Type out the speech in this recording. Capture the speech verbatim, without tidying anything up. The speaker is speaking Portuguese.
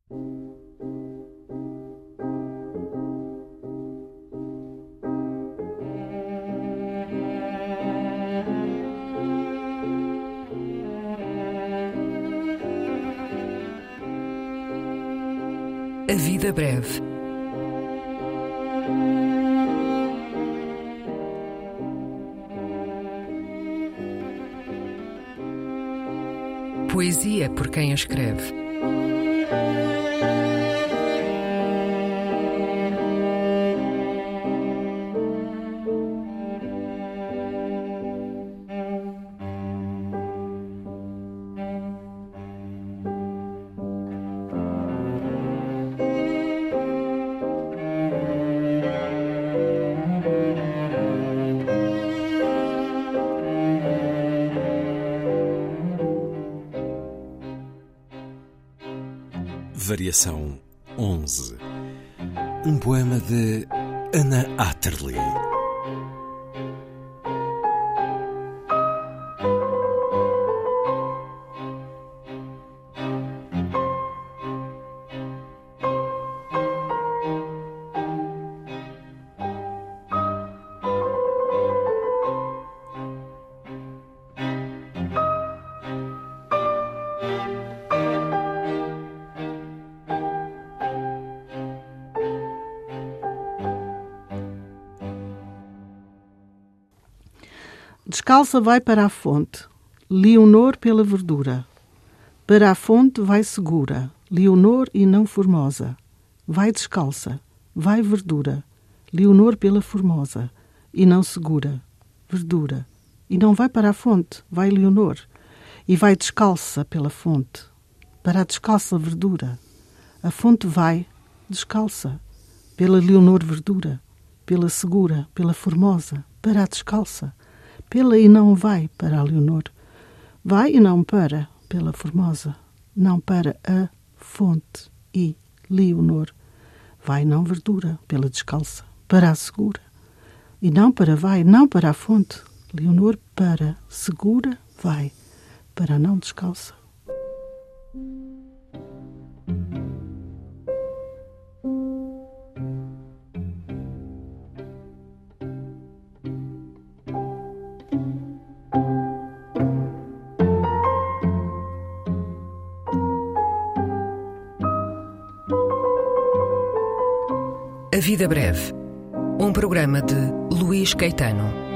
A vida breve. Poesia por quem a escreve. Variação onze. Um poema de Anna Atterley. Descalça vai para a fonte, Leonor pela verdura. Para a fonte vai segura, Leonor e não formosa. Vai descalça, vai verdura, Leonor pela formosa, e não segura, verdura. E não vai para a fonte, vai Leonor, e vai descalça pela fonte. Para a descalça verdura. A fonte vai, descalça, pela Leonor verdura, pela segura, pela formosa, para a descalça. Pela e não vai para a Leonor. Vai e não para, pela formosa. Não para a fonte e Leonor. Vai não verdura, pela descalça. Para a segura. E não para vai, não para a fonte. Leonor para segura, vai. Para a não descalça. A Vida Breve, um programa de Luís Caetano.